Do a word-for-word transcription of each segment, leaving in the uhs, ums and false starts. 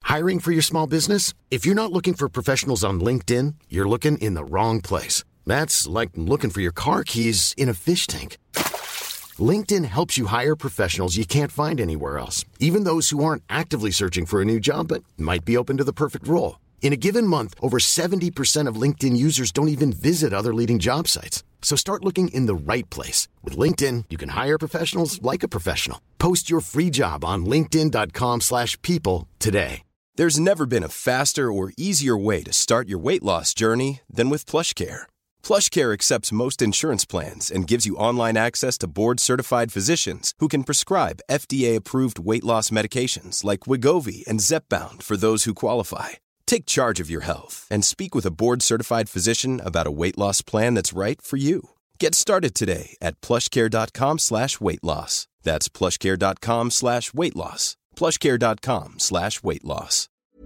Hiring for your small business? If you're not looking for professionals on LinkedIn, you're looking in the wrong place. That's like looking for your car keys in a fish tank. LinkedIn helps you hire professionals you can't find anywhere else, even those who aren't actively searching for a new job but might be open to the perfect role. In a given month, over seventy percent of LinkedIn users don't even visit other leading job sites. So start looking in the right place. With LinkedIn, you can hire professionals like a professional. Post your free job on linkedin dot com slash people today. There's never been a faster or easier way to start your weight loss journey than with PlushCare. PlushCare accepts most insurance plans and gives you online access to board-certified physicians who can prescribe F D A-approved weight loss medications like Wegovy and Zepbound for those who qualify. Take charge of your health and speak with a board-certified physician about a weight loss plan that's right for you. Get started today at plushcare.com slash weight loss. That's plushcare.com slash weight loss. plushcare.com slash weight loss.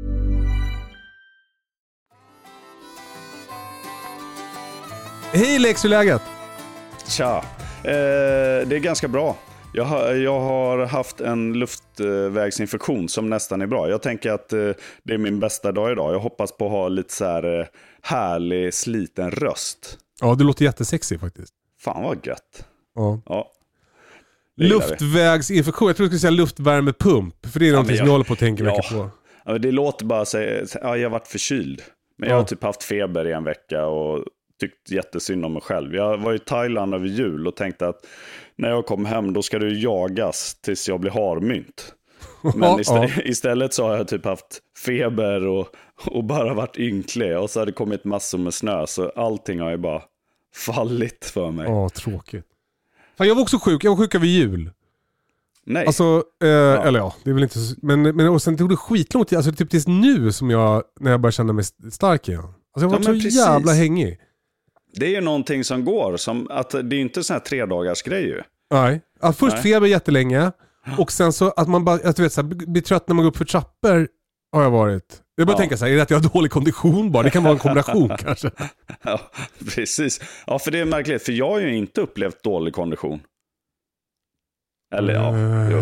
Hej Lex, hur är läget? Tja, eh, det är ganska bra. Jag har, jag har haft en luftvägsinfektion som nästan är bra. Jag tänker att eh, det är min bästa dag idag. Jag hoppas på att ha lite så här eh, härlig, sliten röst. Ja, det låter jättesexy faktiskt. Fan vad gött. Ja. Ja. Luftvägsinfektion, jag tror jag skulle säga luftvärmepump. För det är ja, någonting jag, som jag håller på att tänka ja, mycket på. Ja, det låter bara säga, ja, jag har varit förkyld. Men ja. jag har typ haft feber i en vecka och tyckt jättesynd om mig själv. Jag var i Thailand över jul och tänkte att när jag kom hem då ska du jagas tills jag blir harmynt. Men istället, ja. istället så har jag typ haft feber och, och bara varit ynklig. Och så har det kommit massor med snö så allting har ju bara fallit för mig. Ja, tråkigt. Fan, jag var också sjuk, jag var sjuk över jul. Nej. Alltså, eh, ja. eller ja, det är väl inte så, men, men och sen tog det skitlång tid, alltså typ tills nu som jag, när jag började känna mig stark igen. Alltså jag var ja, så precis. jävla hängig. Det är ju någonting som går, som att det är inte sån här tre dagars grej ju. Nej, ja, först Nej. feber jättelänge och sen så att man bara, jag vet så här, blir trött när man går upp för trappor har jag varit. Jag bara ja. tänka så här, är det att jag har dålig kondition bara? Det kan vara en kombination kanske. Ja, precis. Ja, för det är märkligt, för jag har ju inte upplevt dålig kondition. Eller ja.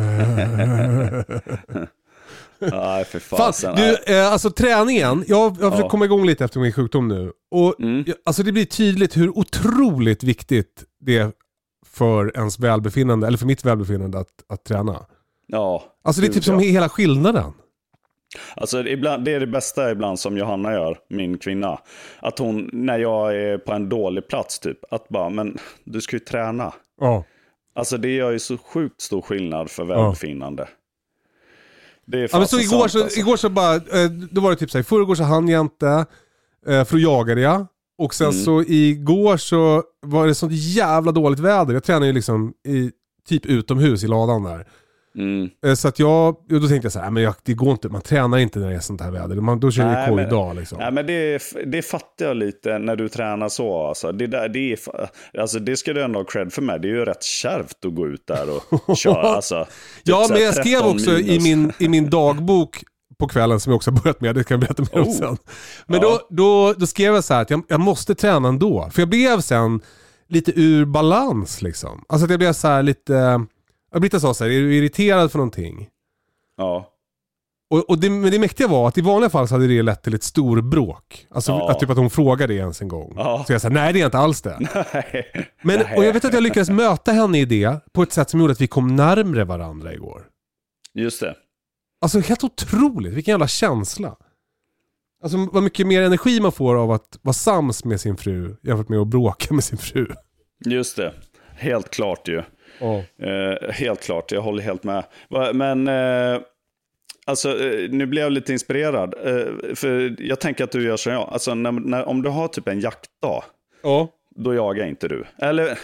Nej, för fasen. Fan, du, eh, alltså träningen, jag, jag försöker ja. komma igång lite efter min sjukdom nu. Och mm. alltså det blir tydligt hur otroligt viktigt det är för ens välbefinnande, eller för mitt välbefinnande att, att träna. Ja. Alltså det är typ som ja. hela skillnaden. Alltså ibland, det är det bästa ibland som Johanna gör, min kvinna. Att hon, när jag är på en dålig plats typ, att bara, men du ska ju träna. Ja. Alltså det gör ju så sjukt stor skillnad för välbefinnande. Ja. Det är ja, men så sant, igår, så, alltså. igår så bara, då var det typ så här, förrgår så hann jag inte, för att jaga det. Och sen mm. så igår så var det sånt jävla dåligt väder. Jag tränar ju liksom i, typ utomhus i ladan där. Mm. Så att jag, då tänkte jag så här, men jag, det går inte, man tränar inte när det är sånt här väder. Man, då kör jag ju idag liksom. Nej, men det, det fattar jag lite när du tränar så. Alltså. Det, där, det, är, alltså, det ska du ändå ha cred för mig. Det är ju rätt kärvt att gå ut där och köra. Alltså, typ ja, men jag skrev också minus. i min, i min dagbok på kvällen som jag också har börjat med, det kan jag berätta mer om oh. sen. Men ja. då, då, då skrev jag så här att jag, jag måste träna ändå. För jag blev sen lite ur balans liksom. Alltså att jag blev så här lite... Britta sa så här, är du irriterad för någonting? Ja. Och, och det, men det mäktiga var att i vanliga fall så hade det lett till ett stor bråk. Alltså ja. att, typ att hon frågade det ens en gång. Ja. Så jag sa, nej det är inte alls det. Nej. Men, nej. Och jag vet att jag lyckades möta henne i det på ett sätt som gjorde att vi kom närmare varandra igår. Just det. Alltså helt otroligt, vilken jävla känsla. Alltså vad mycket mer energi man får av att vara sams med sin fru jämfört med att bråka med sin fru. Just det, helt klart ju. Oh. Eh, helt klart, jag håller helt med. Men eh, alltså, eh, nu blir jag lite inspirerad. Eh, för jag tänker att du gör som jag. Alltså, när, när, om du har typ en jaktdag, oh. då jagar inte du. Eller,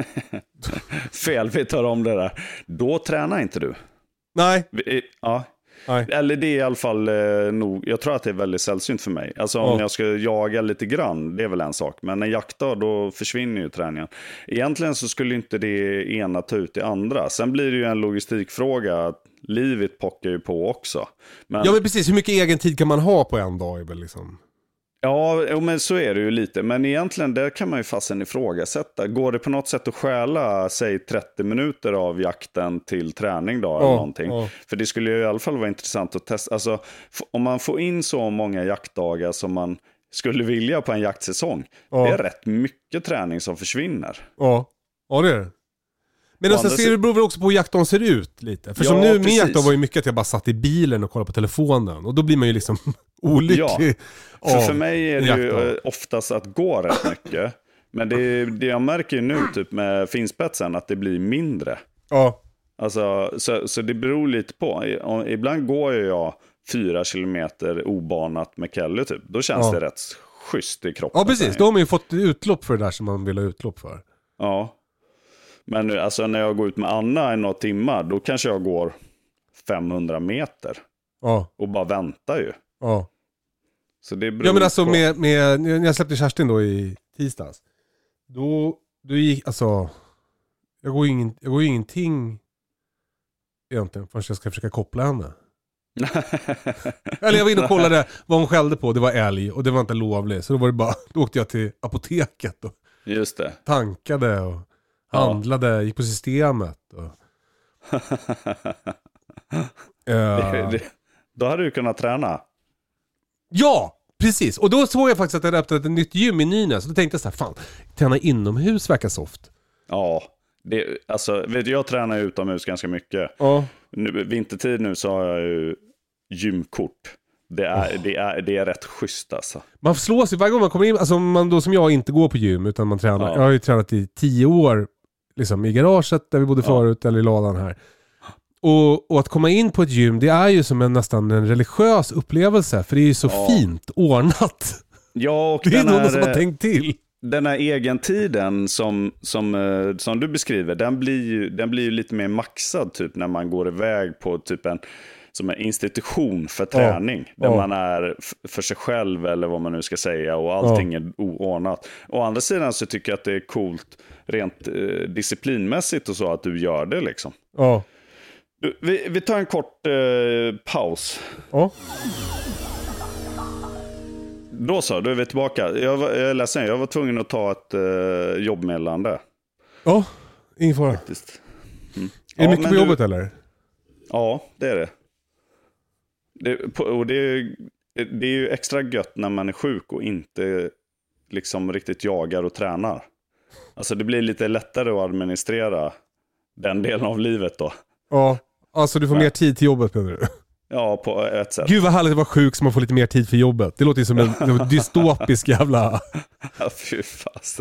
fel, vi tar om det där. Då tränar inte du. Nej. Vi, ja. Nej. Eller det är i alla fall eh, nog, jag tror att det är väldigt sällsynt för mig. Alltså om oh. jag ska jaga lite grann, det är väl en sak. Men en jaktdag, då försvinner ju träningen. Egentligen så skulle inte det ena ta ut det andra. Sen blir det ju en logistikfråga. Livet pockar ju på också. Men... Ja men precis, hur mycket egen tid kan man ha på en dag? Är väl liksom... Ja, men så är det ju lite. Men egentligen där kan man ju fasen ifrågasätta. Går det på något sätt att stjäla, säg trettio minuter av jakten till träning då? Eller ja, någonting? Ja. För det skulle ju i alla fall vara intressant att testa. Alltså, om man får in så många jaktdagar som man skulle vilja på en jaktsäsong. Ja. Det är rätt mycket träning som försvinner. Ja, ja det är det. Men och sen ser det beror väl också på hur jaktdagen ser ut lite. För ja, som nu, precis. Min jaktdag var ju mycket att jag bara satt i bilen och kollade på telefonen. Och då blir man ju liksom olycklig. Ja, för, för mig är det jaktdag. Ju oftast att gå rätt mycket. Men det, det jag märker ju nu typ med finspetsen att det blir mindre. Ja. Alltså, så, så det beror lite på. Ibland går ju jag fyra kilometer obanat med Kelly typ. Då känns ja. det rätt schysst i kroppen. Ja, precis. Då har man ju fått utlopp för det där som man vill ha utlopp för. Ja. Men alltså, när jag går ut med Anna i några timmar, då kanske jag går femhundra meter. Ja. Och bara väntar ju. Ja. Så det beror ja, men alltså på... med, med, när jag släppte Kerstin då i tisdags. Då, då gick, alltså, jag går ju ingen, jag går ju ingenting egentligen förrän jag ska försöka koppla henne. Eller jag var inne och kollade vad hon skällde på. Det var älg och det var inte lovligt. Så då var det bara, då åkte jag till apoteket och just det. tankade och handlade, ja. Gick på systemet. Och... det, det, då hade du kunnat träna. Ja, precis. Och då såg jag faktiskt att jag hade öppnat ett nytt gym i Nynäs. Så då tänkte jag så här, fan, träna inomhus verkar soft. Ja, det, alltså, vet du, jag tränar utomhus ganska mycket. Ja. Nu, vintertid nu så har jag ju gymkort. Det är, oh. det är, det är rätt schysst alltså. Man slås ju varje gång man kommer in, alltså man då som jag inte går på gym utan man tränar. Ja. Jag har ju tränat i tio år liksom i garaget där vi bodde förut ja. eller i ladan här. Och, och att komma in på ett gym, det är ju som en nästan en religiös upplevelse. För det är ju så ja. fint ordnat. Ja, och det är någon här, som har tänkt till. Den här egentiden som, som, som du beskriver, den blir, ju, den blir ju lite mer maxad typ när man går iväg på typ en, som en institution för träning. Ja. Där ja. man är för sig själv eller vad man nu ska säga och allting ja. är oordnat. Å andra sidan så tycker jag att det är coolt rent eh, disciplinmässigt och så att du gör det liksom. Ja. Du, vi, vi tar en kort eh, paus. Ja. Då så, då är vi tillbaka. Jag, var, jag är ledsen, jag var tvungen att ta ett uh, jobbmeddelande. Ja, ingen fara. Mm. Är det ja, mycket på jobbet du... eller? Ja, det är det. det, och det, är, det är ju extra gött när man är sjuk och inte liksom riktigt jagar och tränar. Alltså det blir lite lättare att administrera den delen av livet då. Ja, alltså du får Men. mer tid till jobbet menar du? Ja, på ett sätt. Gud vad härligt att vara sjuk så man får lite mer tid för jobbet. Det låter ju som en, en dystopisk jävla... Ja, fy fast.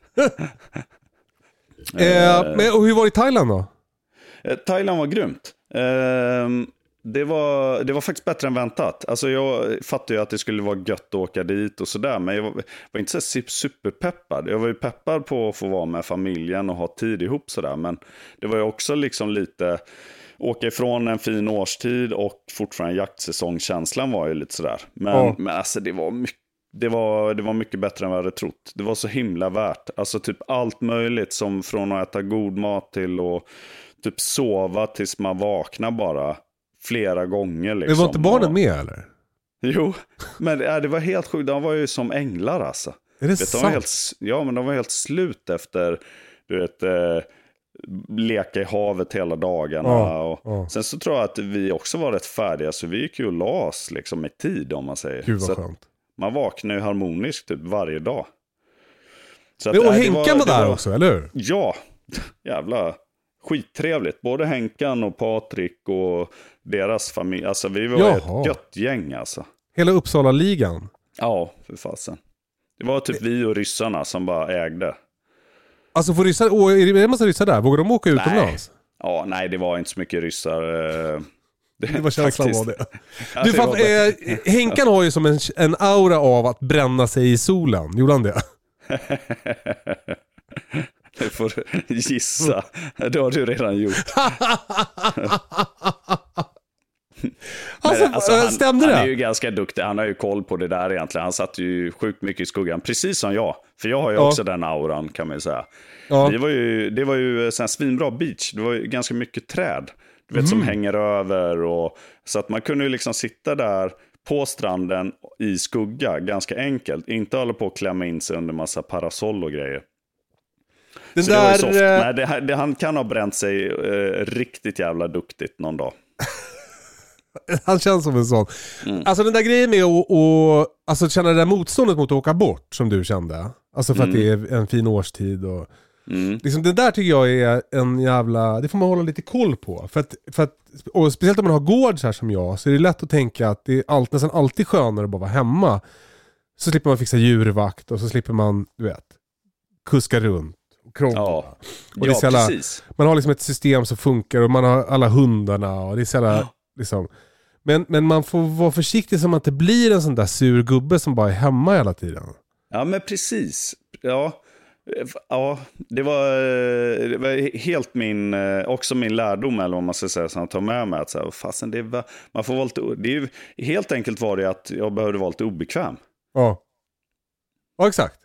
eh, men, och hur var det i Thailand då? Eh, Thailand var grymt. Eh, det, var, det var faktiskt bättre än väntat. Alltså jag fattade ju att det skulle vara gött att åka dit och sådär. Men jag var, var inte så superpeppad. Jag var ju peppad på att få vara med familjen och ha tid ihop sådär. Men det var ju också liksom lite... Åka ifrån en fin årstid och fortfarande jaktsäsongkänslan var ju lite sådär. Men, ja. men alltså det var, mycket, det, var, det var mycket bättre än vad jag hade trott. Det var så himla värt. Alltså typ allt möjligt som från att äta god mat till att typ sova tills man vaknar bara flera gånger. Liksom. Det var inte barnen med eller? Jo, men äh, det var helt sjukt. De var ju som änglar alltså. Är det vet, sant? De var helt, ja, men de var helt slut efter, du vet... Eh, leka i havet hela dagarna ja, och ja. Sen så tror jag att vi också var rätt färdiga så vi gick ju och la oss liksom i tid om man säger. Gud vad så skönt. Man vaknar ju harmoniskt typ varje dag. Så att, och Henkan var där var, också, eller hur? Ja, jävla skittrevligt. Både Henkan och Patrik och deras familj. Alltså vi var Jaha. ett gött gäng alltså. Hela Uppsala-ligan? Ja, för fasen. Det var typ vi och ryssarna som bara ägde. Alltså får ryssar, åh, är det en massa ryssar där? Vågar de åka utomlands? Ja, nej det var inte så mycket ryssar. Det, det var känslan av det. Du, fan, eh, Henkan har ju som en, en aura av att bränna sig i solen. Gjorde han det? Det får du gissa. Det har du redan gjort. Alltså, Men, alltså han, stämde det? Han är ju ganska duktig. Han har ju koll på det där egentligen. Han satt ju sjukt mycket i skuggan. Precis som jag. För jag har ju ja. också den auran kan man ju säga. Ja. Det var ju, det var ju en svinbra beach. Det var ju ganska mycket träd. Du vet, mm. som hänger över. Och, så att man kunde ju liksom sitta där på stranden i skugga, ganska enkelt. Inte hålla på att klämma in sig under massa parasoll och grejer. Den så där... det var ju soft. Nej, det, det, han kan ha bränt sig eh, riktigt jävla duktigt någon dag. Han känns som en sån. Mm. Alltså den där grejen med att och, alltså, känna det där motståndet mot att åka bort som du kände. Alltså för mm. att det är en fin årstid. Och, mm. liksom, det där tycker jag är en jävla... Det får man hålla lite koll på. För att, för att, och speciellt om man har gård så här som jag, så är det lätt att tänka att det är allt, nästan alltid skönare att bara vara hemma. Så slipper man fixa djurvakt och så slipper man, du vet, kuska runt. Ja, och ja alla, precis. Man har liksom ett system som funkar och man har alla hundarna och det är så alla, ja. liksom. Men, men man får vara försiktig så att man inte blir en sån där sur gubbe som bara är hemma hela tiden. Ja, men precis. Ja, ja det, var, det var helt min, också min lärdom eller vad man ska säga som jag tar med mig. Att så här, fasen, det, var, man får vara lite, det är helt enkelt var det att jag behövde vara lite obekväm. Ja, ja exakt.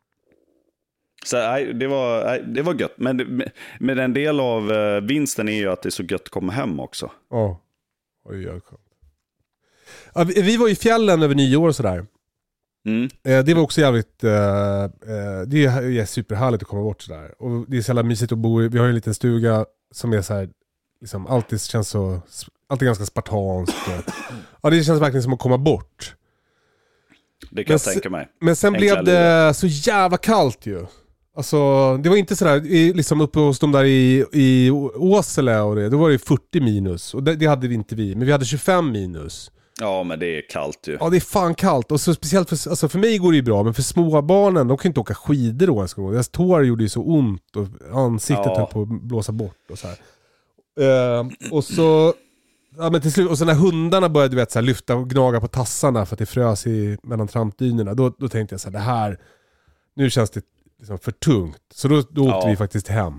Så nej, det var, nej, det var gött. Men, men en del av uh, vinsten är ju att det är så gött att komma hem också. Ja, oj, oj, oj. Ja, vi, vi var i fjällen över nyår och sådär. Mm. Eh, det var också jävligt... Eh, eh, det är superhärligt att komma bort sådär. Och det är så jävla mysigt att bo i. Vi har ju en liten stuga som är så här, liksom, alltid känns så... Alltid ganska spartanskt. Ja, det känns verkligen som att komma bort. Det kan men, jag tänka mig. Men sen Enkla blev det livet. Så jävla kallt ju. Alltså, det var inte sådär, liksom uppe hos de där i, i Åsele och det, då var det fyrtio minus. Och det, det hade vi inte vi, men vi hade tjugofem minus. Ja, men det är kallt ju. Ja, det är fan kallt. Och så speciellt för, alltså för mig går det ju bra, men för små barnen, de kan inte åka skidor då ens. Deras tår gjorde ju så ont och ansiktet ja. höll på att blåsa bort och så här. Uh, och så... Ja, men till slut, och så när hundarna började du vet, så här, lyfta och gnaga på tassarna för att det frös i, mellan trampdynorna, då, då tänkte jag så här, det här, nu känns det liksom för tungt. Så då, då åkte ja. vi faktiskt hem.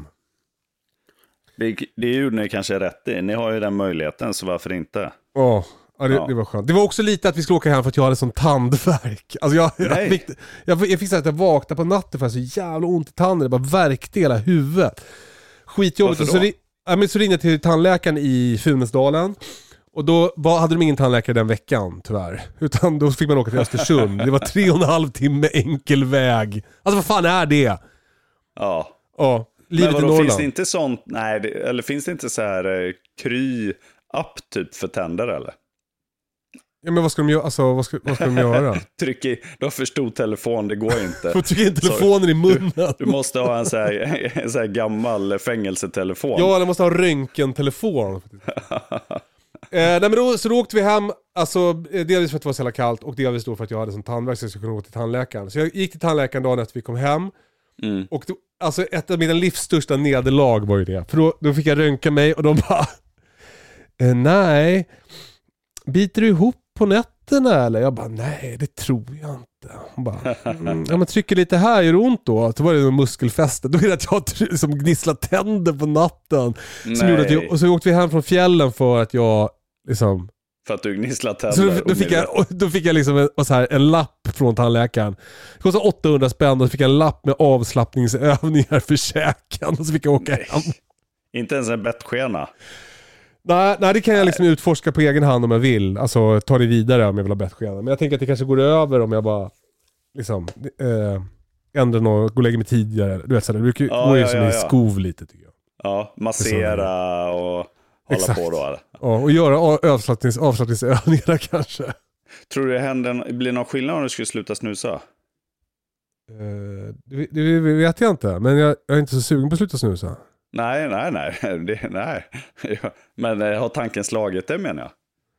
Det, det gjorde ni kanske rätt i. Ni har ju den möjligheten, så varför inte? Oh, ja, det, ja, det var skönt. Det var också lite att vi skulle åka hem för att jag hade sån tandvärk. Alltså jag, jag fick, jag, jag fick så att jag vaknade på natten för att jag så jävla ont i tanden. Det bara värkte hela huvudet. Skitjobbigt. Och så, ja, men så ringde jag till tandläkaren i Funäsdalen. Och då var, hade de ingen tandläkare den veckan, tyvärr. Utan då fick man åka till Östersund. Det var tre och en halv timme enkel väg. Alltså vad fan är det? Ja. Ja, livet men vadå, i Norrland. Finns det inte sånt, nej, det, eller finns det inte så här eh, kry-app typ för tänder eller? Ja, men vad ska de göra? Alltså, vad ska, vad ska de göra? Tryck i, du har för stor telefon, det går inte. Du trycker in telefonen så, i munnen. Du, du måste ha en så här, en så här gammal fängelsetelefon. Ja, eller måste ha en röntgentelefon. Eh, nej men då, så då åkte vi hem, alltså delvis för att det var så jävla kallt och delvis då för att jag hade sån tandvärk så jag skulle kunna gå till tandläkaren. Så jag gick till tandläkaren dagen efter vi kom hem. Mm. Och då, alltså ett av mina livs största nederlag var ju det. För då, då fick jag röntga mig och de bara eh, nej, biter du ihop på nätterna eller? Jag bara, nej det tror jag inte. Hon bara, mm, ja men trycker lite här, gör det ont då? Så var det en muskelfäste. Då är det att jag liksom gnisslat tänder på natten. Som gjorde att jag, och så åkte vi hem från fjällen för att jag liksom... För att du gnisslat tänder. Så då, då, fick jag, då fick jag liksom en, så här, en lapp från tandläkaren. Det kostade åttahundra spänn och så fick jag en lapp med avslappningsövningar för käken. Och så fick jag åka nej. hem. Inte ens en bettskena. Nej, nej, det kan jag liksom utforska på egen hand om jag vill. Alltså ta det vidare om jag vill ha bettskena. Men jag tänker att det kanske går över om jag bara liksom äh, ändrar något, gå och lägga mig tidigare. Du vet så det brukar ju ja, gå ja, som ja, i skov lite tycker jag. Ja, massera och hålla exakt. på då. Eller? Ja, och göra avslappnings, avslappningsövningar kanske. Tror du det händer, blir någon skillnad om du skulle sluta snusa? Uh, det, det vet jag inte, men jag, jag är inte så sugen på att sluta snusa. Nej, nej, nej. Det, nej. Men har tanken slagit det menar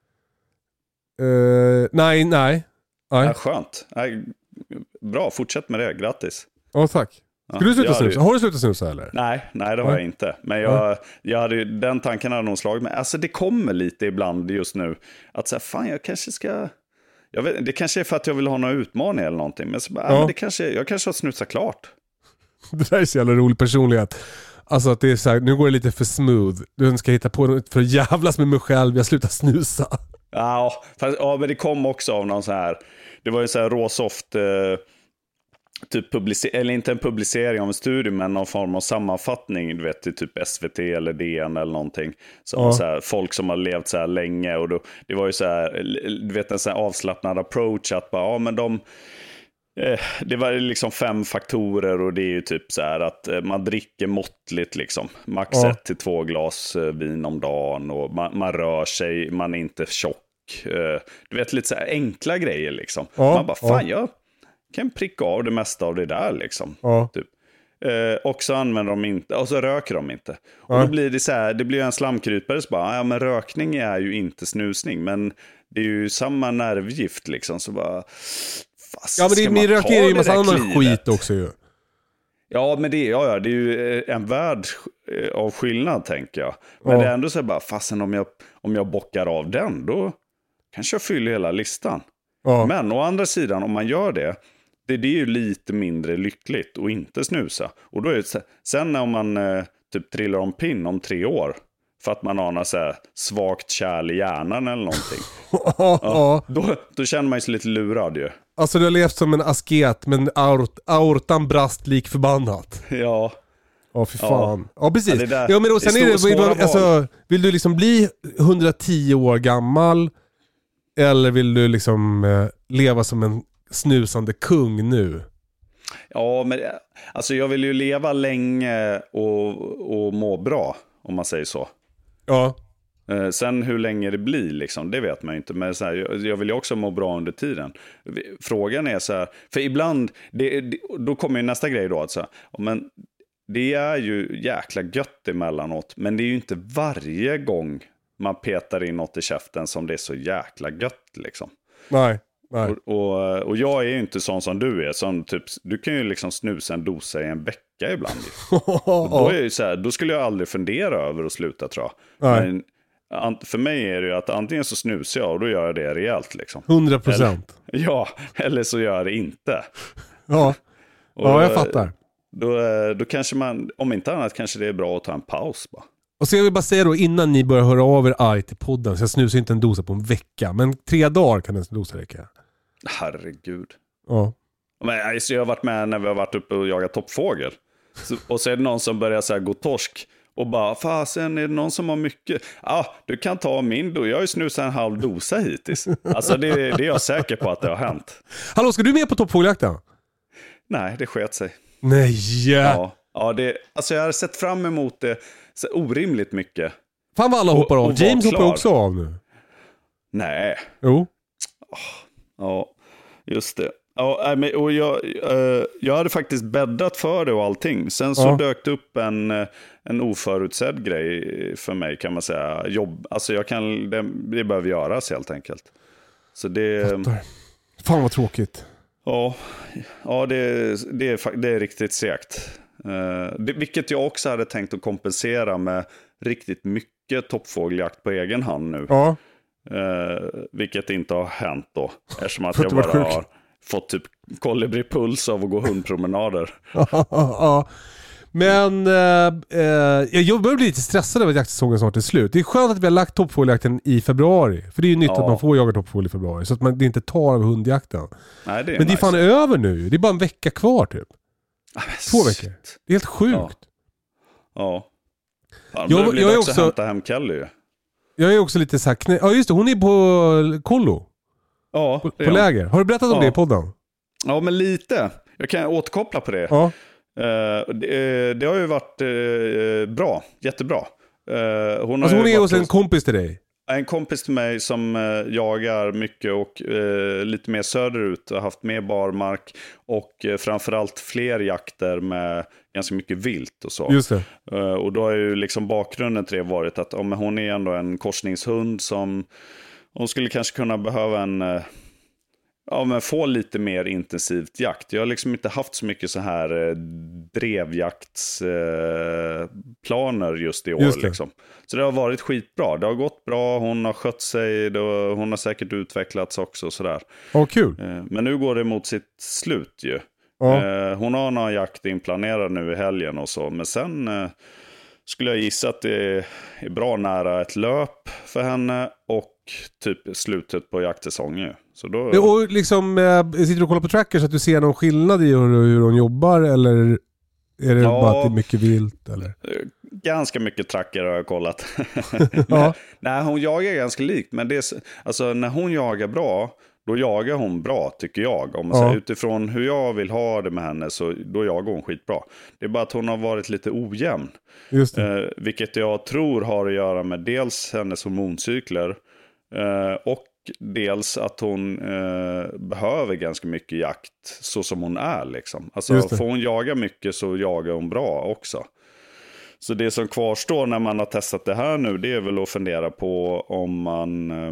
jag? Uh, nej, nej. nej. Ja, skönt. Nej, bra, fortsätt med det. Grattis. Ja, tack. Ska ja, du sluta snusa? Har du slutat snusa eller? Nej, nej det har nej. jag inte. Men jag, jag hade, den tanken hade nog slagit mig. Alltså det kommer lite ibland just nu. Att säga, fan jag kanske ska... Jag vet, det kanske är för att jag vill ha några utmaningar eller någonting. Men, så bara, ja. men det kanske, jag kanske har snusat klart. Det där är så jävla rolig personlighet. Alltså att det är så här, nu går det lite för smooth. Du ska hitta på något för jävlas med mig själv. Jag slutar snusa. Ja, fast, ja, men det kom också av någon så här. Det var ju så här råsoft eh, typ publicer- eller inte en publicering av en studie, men någon form av sammanfattning, du vet, i typ S V T eller D N eller någonting. Som ja. så här, folk som har levt så här länge, och då, det var ju så här, du vet, en så här avslappnad approach att bara, ja men de eh, det var liksom fem faktorer, och det är ju typ så här att eh, man dricker måttligt liksom, max ja. ett till två glas eh, vin om dagen, och man, man rör sig, man är inte tjock, eh, du vet, lite så här enkla grejer liksom. Ja. Man bara, fan ja. jag kan pricka av det mesta av det där liksom. Ja. Typ. Eh, och så använder de inte, och så röker de inte. Ja. Och då blir det så här, det blir en slamkrypare, så bara, ja men rökning är ju inte snusning, men det är ju samma nervgift liksom, så bara, fast, ja men det, ni röker ju en massa annan skit också ju. Ja men det, ja, ja, det är ju en värld av skillnad, tänker jag. Men ja. Det är ändå så här bara, fastän om jag, om jag bockar av den, då kanske jag fyller hela listan. Ja. Men å andra sidan, om man gör det, det, det är ju lite mindre lyckligt att inte snusa. Och då är det, sen när man eh, typ trillar om pinn om tre år, för att man har något så här svagt kärl i hjärnan eller någonting. Ja, då, då känner man sig lite lurad ju. Alltså du har levt som en asket, men aort, aortan brast lik förbannat. Ja. Ja, för fan. Ja, ja precis. Ja, det där, ja men då, sen det är, är det, vill, alltså, vill du liksom bli hundratio år gammal, eller vill du liksom eh, leva som en snusande kung nu? Ja, men alltså jag vill ju leva länge och, och må bra, om man säger så. Ja. Eh, sen hur länge det blir liksom, det vet man ju inte. Men så här, jag, jag vill ju också må bra under tiden. Frågan är så här, för ibland, det, det, då kommer ju nästa grej då. Alltså, men det är ju jäkla gött emellanåt, men det är ju inte varje gång man petar in något i käften som det är så jäkla gött liksom. Nej. Nej. Och, och, och jag är ju inte sån som du är, som typ, du kan ju liksom snusa en dosa i en vecka ibland. Och då, är ju så här, då skulle jag aldrig fundera över att sluta, tror jag. Men för mig är det ju att antingen så snusar jag, och då gör jag det rejält liksom. hundra procent. Ja, eller så gör jag det inte. Ja, och ja jag fattar. Då, då kanske man, om inte annat kanske det är bra att ta en paus bara. Och så jag vill bara säga då, innan ni börjar höra av er arg till podden, så jag snusar inte en dosa på en vecka, men tre dagar kan en dosa räcka. Herregud. Ja. Men alltså, jag har varit med när vi har varit uppe och jagat toppfågel. Så, och så är det någon som börjar så här gå torsk. Och bara, fasen, är det någon som har mycket? Ja, ah, du kan ta min då. Jag har ju snusat en halv dosa hittills. Alltså det, det är jag säker på att det har hänt. Hallå, ska du med på toppfågeljakten? Nej, det sket sig. Nej. Ja, ja det, alltså jag har sett fram emot det så orimligt mycket. Fan vad alla hoppar av. Och James hoppar också av nu. Nej. Jo. Ja, just det. Ja, och jag, jag hade faktiskt bäddat för det och allting. Sen så ja. dök det upp en, en oförutsedd grej för mig, kan man säga. Jobb, alltså jag kan, det, det behöver göras helt enkelt. Så det... Fattar. Fan vad tråkigt. Ja, ja det, det, är, det är riktigt segt. Det, vilket jag också hade tänkt att kompensera med riktigt mycket toppfågeljakt på egen hand nu. Ja. Uh, vilket inte har hänt då. Eftersom att jag bara har fått typ kolibripuls av att gå hundpromenader. Ja, men eh, jag börjar bli lite stressad över att jaktsäsongen snart är slut. Det är skönt att vi har lagt toppfågeljakten i februari. För det är ju nytt ja. att man får jaga toppfågel i februari. Så att man det inte tar av hundjakten. Nej, det är men det är nice. fan över nu. Det är bara en vecka kvar typ. Ah, Två veckor. Det är helt sjukt. Ja. ja. Jag, jag, jag är också också... hämta hem Kelly. Jag är också lite så här knä... Ja just det, hon är på kollo. Ja, på, på läger. Har du berättat om ja. det i podden? Ja, men lite. Jag kan återkoppla på det. Ja. Uh, det, det har ju varit uh, bra. Jättebra. Uh, hon alltså har hon är hos en hos... kompis till dig? En kompis till mig som uh, jagar mycket och uh, lite mer söderut. Och haft mer barmark. Och uh, framförallt fler jakter med ganska mycket vilt och så. Just det. Uh, och då är ju liksom bakgrunden till det varit att om hon är ändå en korsningshund som hon skulle kanske kunna behöva en uh, ja, men få lite mer intensivt jakt. Jag har liksom inte haft så mycket så här uh, drevjaktsplaner uh, just i år just liksom. Så det har varit skitbra. Det har gått bra, hon har skött sig, då, hon har säkert utvecklats också sådär. Åh, kul. Uh, men nu går det mot sitt slut ju. Ja. Eh, hon har någon jakt inplanerad nu i helgen och så. Men sen eh, skulle jag gissa att det är bra nära ett löp för henne. Och typ slutet på jaktsäsongen. Så då... Och liksom, äh, sitter du och kollar på tracker så att du ser någon skillnad i hur, hur hon jobbar, eller är det ja, bara att det är mycket vilt? Eller? Ganska mycket tracker har jag kollat. ja. men, nej, hon jagar ganska likt, men det är, alltså, när hon jagar bra, då jagar hon bra tycker jag. Om man ja. säger, utifrån hur jag vill ha det med henne, så då jagar hon skitbra. Det är bara att hon har varit lite ojämn. Just det. Eh, vilket jag tror har att göra med dels hennes hormoncykler eh, och dels att hon eh, behöver ganska mycket jakt så som hon är liksom. Alltså får hon jaga mycket så jagar hon bra också. Så det som kvarstår när man har testat det här nu, det är väl att fundera på om man eh,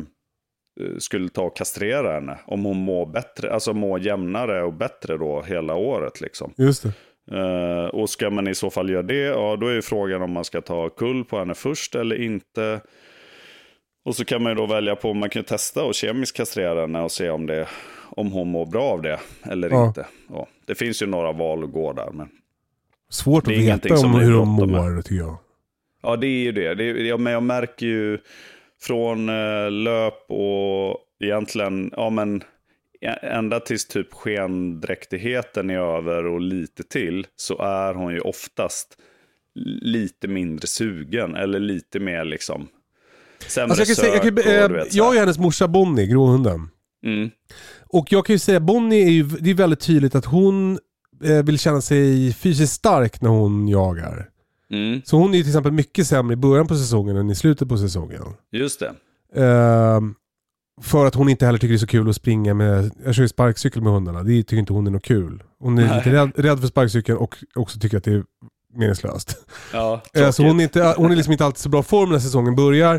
skulle ta och kastrera henne. Om hon mår bättre, alltså mår jämnare och bättre då hela året liksom. Just det. Uh, och ska man i så fall göra det, ja då är ju frågan om man ska ta kull på henne först eller inte. Och så kan man ju då välja på om man kan testa och kemiskt kastrera henne och se om, det, om hon mår bra av det eller ja. inte. Ja, det finns ju några val att gå där. Men svårt att veta om hur de mår, tycker jag. Ja, det är ju det. det är, ja, men jag märker ju från uh, löp och egentligen, ja men ända tills typ skendräktigheten är över och lite till, så är hon ju oftast lite mindre sugen eller lite mer liksom sämre alltså jag kan sök. Säga, jag, kan, och, äh, vet, jag är hennes morsa Bonnie, gråhunden. Mm. Och jag kan ju säga, Bonnie är ju, det är väldigt tydligt att hon äh, vill känna sig fysiskt stark när hon jagar. Mm. Så hon är ju till exempel mycket sämre i början på säsongen än i slutet på säsongen. Just det. Uh, För att hon inte heller tycker det är så kul att springa med, jag kör ju sparkcykel med hundarna, det tycker inte hon är något kul. Hon är Nej. lite rädd, rädd för sparkcykeln och också tycker att det är meningslöst. Ja, så hon är, inte, hon är liksom inte alltid så bra form när säsongen börjar.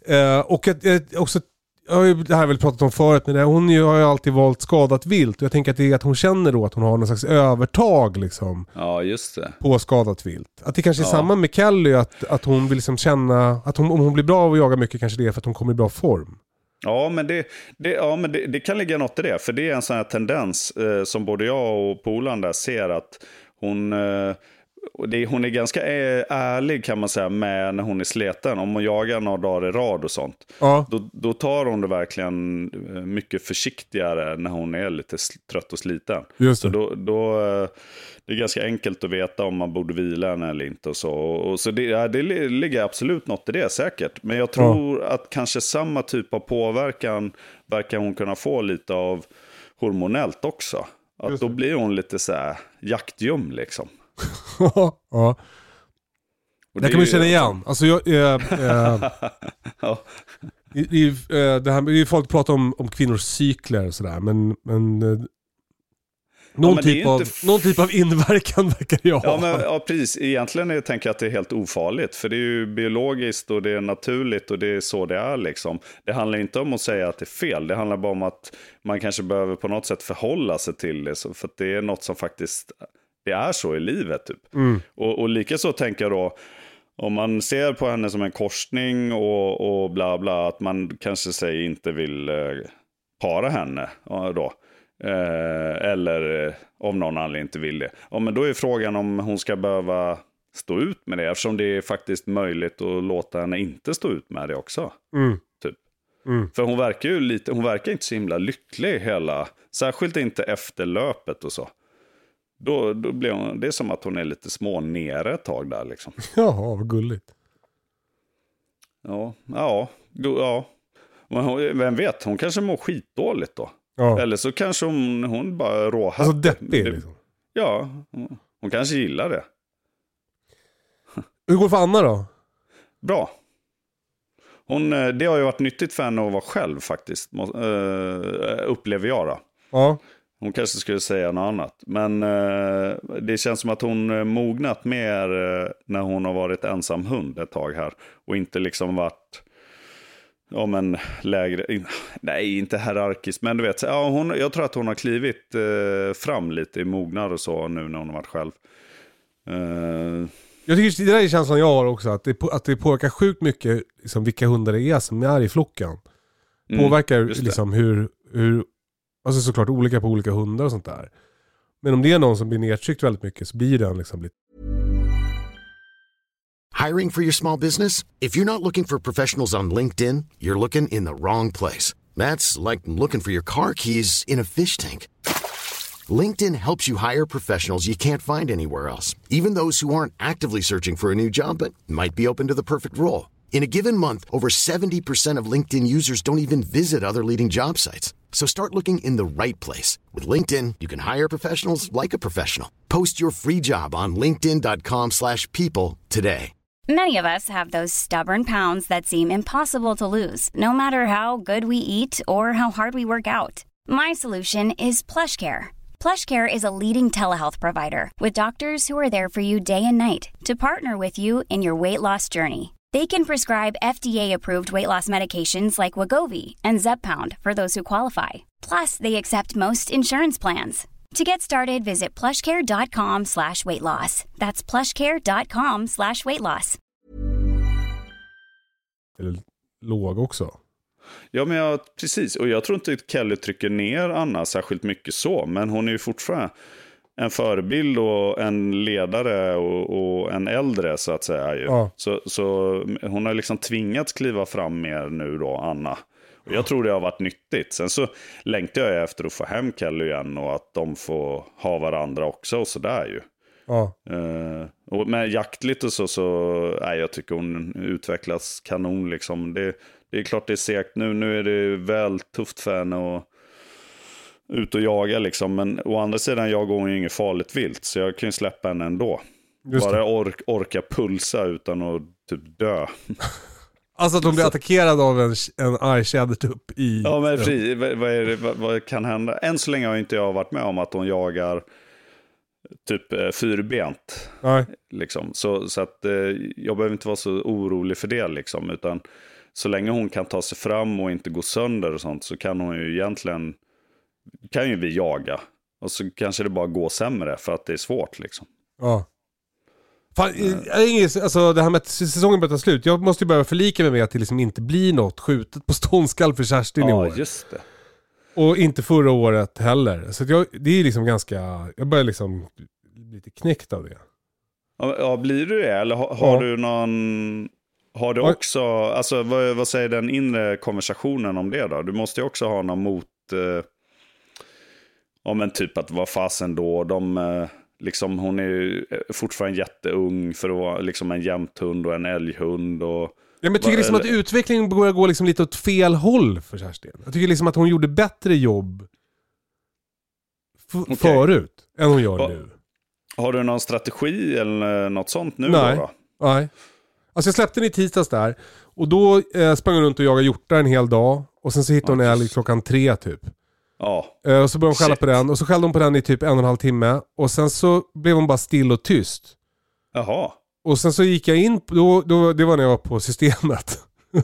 Och jag, också, jag har ju det här väl pratat om förut, men hon har ju alltid valt skadat vilt. Och jag tänker att det är att hon känner då att hon har någon slags övertag liksom. Ja, just det. På skadat vilt. Att det kanske är ja. samma med Kelly, att, att hon vill liksom känna, att hon, om hon blir bra av att jaga mycket, kanske det är för att hon kommer i bra form. Ja, men, det, det, ja, men det, det kan ligga något i det. För det är en sån här tendens eh, som både jag och Polan där ser att hon, eh, det, hon är ganska ärlig kan man säga med när hon är sleten. Om hon jagar några dagar i rad och sånt. Ja. Då, då tar hon det verkligen mycket försiktigare när hon är lite trött och sliten. Just det. Så då... då eh, det är ganska enkelt att veta om man borde vila henne eller inte. Och så och så det, ja, det ligger absolut något i det säkert. Men jag tror ja. att kanske samma typ av påverkan verkar hon kunna få lite av hormonellt också. Att då blir hon lite så här jaktjum liksom. Ja. Och det, det kan man känna igen. Alltså jag... Äh, äh, ja. det, det, det här, det är folk pratar om, om kvinnors cykler och sådär. Men... men Någon, ja, typ av, inte f- någon typ av inverkan verkar jag ha. Ja, men, ja, precis. Egentligen är, tänker jag att det är helt ofarligt. För det är ju biologiskt och det är naturligt och det är så det är liksom. Det handlar inte om att säga att det är fel. Det handlar bara om att man kanske behöver på något sätt förhålla sig till det. För att det är något som faktiskt det är så i livet typ. Mm. Och, och lika så tänker jag då, om man ser på henne som en korsning och, och bla bla, att man kanske säger inte vill eh, para henne då. Eh, eller eh, om någon anledning inte vill det. Ja, men då är frågan om hon ska behöva stå ut med det, eftersom det är faktiskt möjligt att låta henne inte stå ut med det också. Mm. Typ. Mm. För hon verkar ju lite, hon verkar inte så himla lycklig hela, särskilt inte efter löpet och så. Då, då blir hon, det är som att hon är lite små nere ett tag där liksom. Ja, vad gulligt. Ja, ja, ja. Men hon, vem vet, hon kanske mår skitdåligt då. Ja. Eller så kanske hon, hon bara råhatt. Alltså deppig liksom. Ja, hon, hon kanske gillar det. Hur går det för Anna då? Bra. Hon, det har ju varit nyttigt för henne att vara själv faktiskt. Uh, upplever jag då. Ja. Hon kanske skulle säga något annat. Men uh, det känns som att hon mognat mer uh, när hon har varit ensam hund ett tag här. Och inte liksom varit... Ja, men lägre, nej inte hierarkiskt, men du vet, ja, hon, jag tror att hon har klivit eh, fram lite i mognad och så nu när hon har varit själv. Eh. Jag tycker det där är känslan jag har också, att det, att det påverkar sjukt mycket liksom, vilka hundar det är som är i flocken. Mm, påverkar liksom hur, hur, alltså såklart olika på olika hundar och sånt där. Men om det är någon som blir nedtryckt väldigt mycket så blir den liksom lite... Hiring for your small business? If you're not looking for professionals on LinkedIn, you're looking in the wrong place. That's like looking for your car keys in a fish tank. LinkedIn helps you hire professionals you can't find anywhere else, even those who aren't actively searching for a new job but might be open to the perfect role. In a given month, over seventy percent of LinkedIn users don't even visit other leading job sites. So start looking in the right place. With LinkedIn, you can hire professionals like a professional. Post your free job on linkedin dot com slash people today. Many of us have those stubborn pounds that seem impossible to lose, no matter how good we eat or how hard we work out. My solution is PlushCare. PlushCare is a leading telehealth provider with doctors who are there for you day and night to partner with you in your weight loss journey. They can prescribe F D A-approved weight loss medications like Wegovy and Zepbound for those who qualify. Plus, they accept most insurance plans. To get started, visit plushcare.com slash weight loss. That's plushcare.com slash weight loss. Eller låg också. Ja, men jag, precis. Och jag tror inte att Kelly trycker ner Anna särskilt mycket så. Men hon är ju fortfarande en förebild och en ledare och, och en äldre så att säga. Ju. Ja. Så, så hon har liksom tvingats kliva fram mer nu då, Anna. Och jag tror det har varit nyttigt. Sen så längtar jag efter att få hem Kelly igen och att de får ha varandra också och sådär ju. Ja. Uh, och med jaktligt och så, så nej, jag tycker hon utvecklas kanon liksom. Det, det är klart det är segt nu. Nu är det väl tufft för henne och ut och jaga liksom. Men å andra sidan jagar hon ju inget farligt vilt. Så jag kan ju släppa henne ändå. Bara ork, orka pulsa utan att typ dö. Alltså att hon blir attackerad av en, en eye-shadow-tupp i... Ja, men fri, vad, är det, vad, vad kan hända? Än så länge har inte jag varit med om att hon jagar typ eh, fyrbent. Nej. Liksom. Så, så att eh, jag behöver inte vara så orolig för det liksom. Utan så länge hon kan ta sig fram och inte gå sönder och sånt så kan hon ju egentligen... Kan ju vi jaga. Och så kanske det bara går sämre för att det är svårt liksom. Ja. Fan, jag, alltså det här med att säsongen börjar ta slut. Jag måste ju börja förlika mig med att det liksom inte blir något skjutet på ståndskall för Kerstin i år. Ja, just det. Och inte förra året heller. Så att jag, det är liksom ganska... Jag börjar liksom bli lite knäckt av det. Ja, ja blir du det? Eller har, har ja. du någon... Har du också... Alltså vad, vad säger den inre konversationen om det då? Du måste ju också ha någon mot... Eh, ja men typ att vad fasen då? De... Eh, Liksom, hon är ju fortfarande jätteung för att vara liksom en jämthund och en älghund. Och, ja, men jag tycker liksom att utvecklingen börjar gå liksom lite åt fel håll för Kerstin. Jag tycker liksom att hon gjorde bättre jobb f- okay. förut än hon gör ha, nu. Har du någon strategi eller något sånt nu? Nej, då? nej. Alltså jag släppte den i tisdags där. Och då eh, sprang hon runt och jagade hjortar en hel dag. Och sen så hittade hon en älg klockan tre typ. Ja. Och så började hon skälla på den. Och så skällde hon på den i typ en och en halv timme. Och sen så blev hon bara still och tyst. Jaha. Och sen så gick jag in, då, då, det var när jag var på systemet.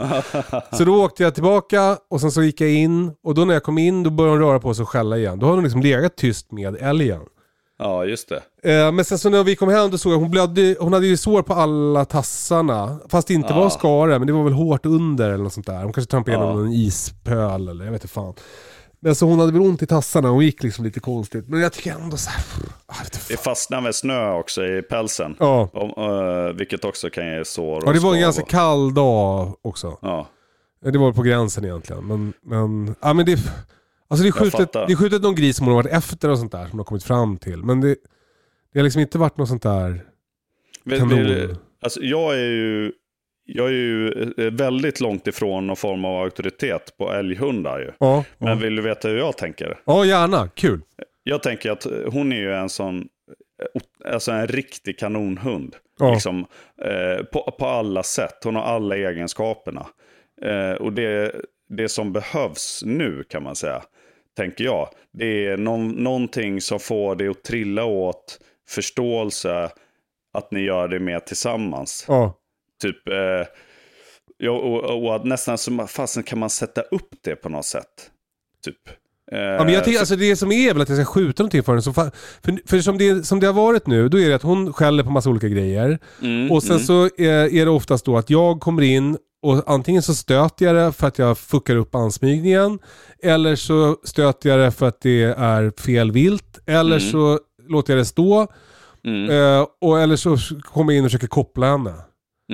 Så då åkte jag tillbaka och sen så gick jag in. Och då när jag kom in, då började hon röra på sig och skälla igen. Då har hon liksom legat tyst med älgen. Ja, just det. Eh, men sen så när vi kom hem, då såg jag hon, blödde, hon hade ju sår på alla tassarna. Fast det inte ja. var skare, men det var väl hårt under eller något sånt där. Hon kanske trampade ja. igenom en ispöl eller jag vet inte fan. Men så hon hade väl ont i tassarna och gick liksom lite konstigt. Men jag tycker ändå så här... Det fastnar med snö också i pälsen. Ja. Och, uh, vilket också kan ge sår. Ja, det var en ganska och... kall dag också. Ja. Det var på gränsen egentligen. Men, men, ja, men det, alltså det, är skjutet, det är skjutet någon gris som hon har varit efter och sånt där. Som hon har kommit fram till. Men det, det har liksom inte varit något sånt där kanon. Vill, alltså jag är ju... Jag är ju väldigt långt ifrån någon form av auktoritet på älghundar ju. Ja, Men ja. vill du veta hur jag tänker? Ja, gärna. Kul. Jag tänker att hon är ju en sån... Alltså en riktig kanonhund. Ja. Liksom, eh, på, på alla sätt. Hon har alla egenskaperna. Eh, och det, det som behövs nu kan man säga. Tänker jag. Det är någon, någonting som får det att trilla åt förståelse. Att ni gör det mer tillsammans. Ja. Typ, eh, ja, och, och nästan som fasen kan man sätta upp det på något sätt. Typ. Eh, ja, men jag tycker, alltså det som är väl att jag ska skjuta någonting för henne. Som fa- för för som, det, som det har varit nu, då är det att hon skäller på massa olika grejer. Mm, och sen mm. så är, är det oftast då att jag kommer in och antingen så stöter jag det för att jag fuckar upp ansmygningen. Eller så stöter jag det för att det är fel vilt. Eller mm. så låter jag det stå. Mm. Eh, och eller så kommer jag in och försöker koppla henne. Mm.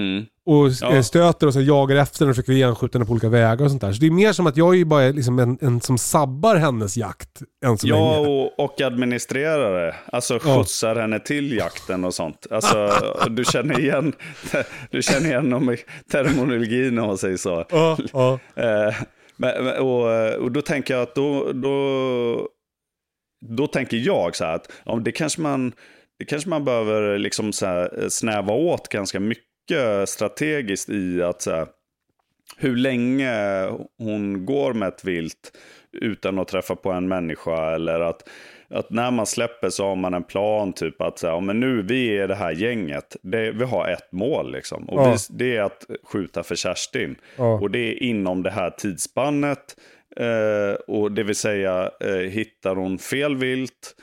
och Ja. stöter och så jagar efter den och försöker genskjuta den på olika vägar och sånt där. Så det är mer som att jag är ju bara liksom en, en som sabbar hennes jakt än så Ja, länge. och, och administrerare. Alltså skjutsar ja. henne till jakten och sånt. Alltså, du känner igen du känner igen om terminologin om man säger så. Ja, ja. Men, och, och då tänker jag att då, då, då tänker jag så här att ja, det kanske man det kanske man behöver liksom så här snäva åt ganska mycket strategiskt i att så här, hur länge hon går med ett vilt utan att träffa på en människa, eller att, att när man släpper så har man en plan typ att så här, men nu vi är det här gänget, det, vi har ett mål liksom, och ja. vi, det är att skjuta för Kerstin ja. och det är inom det här tidsspannet eh, och det vill säga eh, hittar hon fel vilt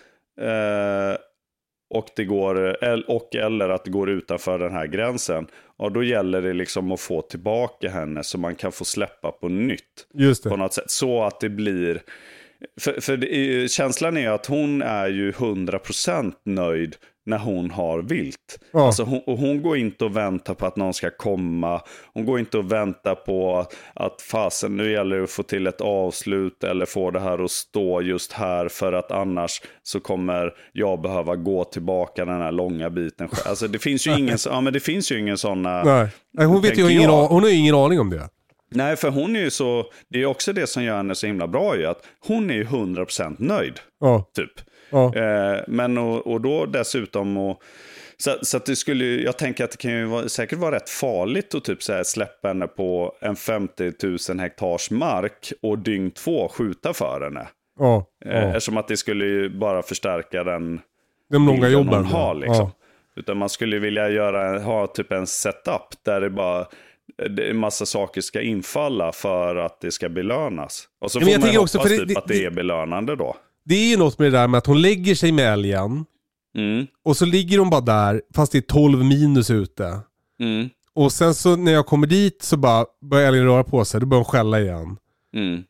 eh, och det går och eller att det går utanför den här gränsen, ja, då gäller det liksom att få tillbaka henne så man kan få släppa på nytt. Just det. På något sätt, så att det blir för, för det, känslan är att hon är ju hundra procent nöjd när hon har vilt. Ja. Alltså hon, och hon går inte och väntar på att någon ska komma. Hon går inte och väntar på att fasen, nu gäller det att få till ett avslut eller få det här att stå just här, för att annars så kommer jag behöva gå tillbaka den här långa biten. Alltså det finns ju ingen, ja, men det finns ju ingen såna. Nej, hon vet ju ingen, hon har ju ingen aning om det. Nej, för hon är ju så, det är också det som gör henne så himla bra ju, att hon är ju hundra procent nöjd. Ja. Typ. Ja. Eh, men och, och då dessutom och, så, så att det skulle, jag tänker att det kan ju vara, säkert vara rätt farligt att typ så här släppa henne på en femtio tusen hektars mark och dygn två skjuta för henne. Ja. Ja. Eh, eftersom att det skulle ju bara förstärka den de långa jobben hon har liksom. Ja. Utan man skulle vilja göra, ha typ en setup där det bara en massa saker ska infalla för att det ska belönas. Och så men får jag man hoppas också, för det, typ det, att det, det är belönande då. Det är ju något med det där med att hon lägger sig med älgen. Mm. Och så ligger hon bara där fast det är tolv minus ute. Mm. Och sen så när jag kommer dit så bara börjar älgen röra på sig. Då börjar hon skälla igen. Mm.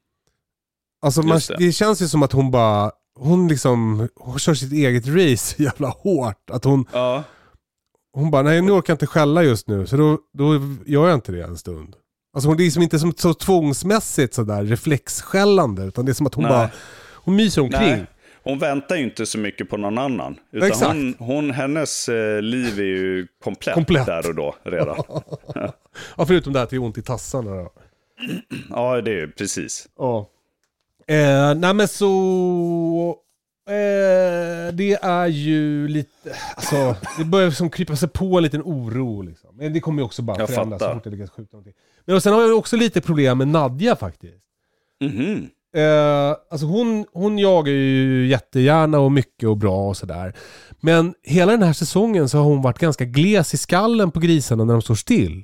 Alltså man, det. det känns ju som att hon bara, hon liksom, hon kör sitt eget race så jävla hårt. Att hon, ja. hon bara, nej nu orkar jag inte skälla just nu. Så då, då gör jag inte det en stund. Alltså hon, det är liksom inte som så tvångsmässigt sådär reflexskällande. Utan det är som att hon nej. bara, hon myser omkring. Nej. Hon väntar ju inte så mycket på någon annan. Utan hon, hon, hennes eh, liv är ju komplett, komplett där och då redan. Ja, förutom det här att det är ont i tassarna då. Ja, det är precis. Ja. Eh, nej men så... Eh, det är ju lite... Alltså, det börjar som krypa sig på en liten oro liksom. Men det kommer ju också bara förändras så fort jag lyckas skjuta någonting. Men och sen har jag också lite problem med Nadja faktiskt. Mhm. Eh, alltså hon, hon jagar ju jättegärna och mycket och bra och sådär. Men hela den här säsongen så har hon varit ganska gles i skallen på grisarna när de står still.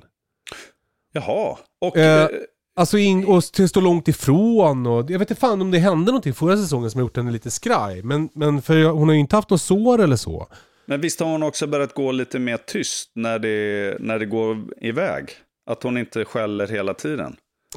Jaha. Och, eh, alltså in, och står långt ifrån. Och, jag vet inte fan om det hände någonting förra säsongen som har gjort henne lite skraj. Men, men för hon har ju inte haft något sår eller så. Men visst har hon också börjat gå lite mer tyst när det, när det går iväg? Att hon inte skäller hela tiden?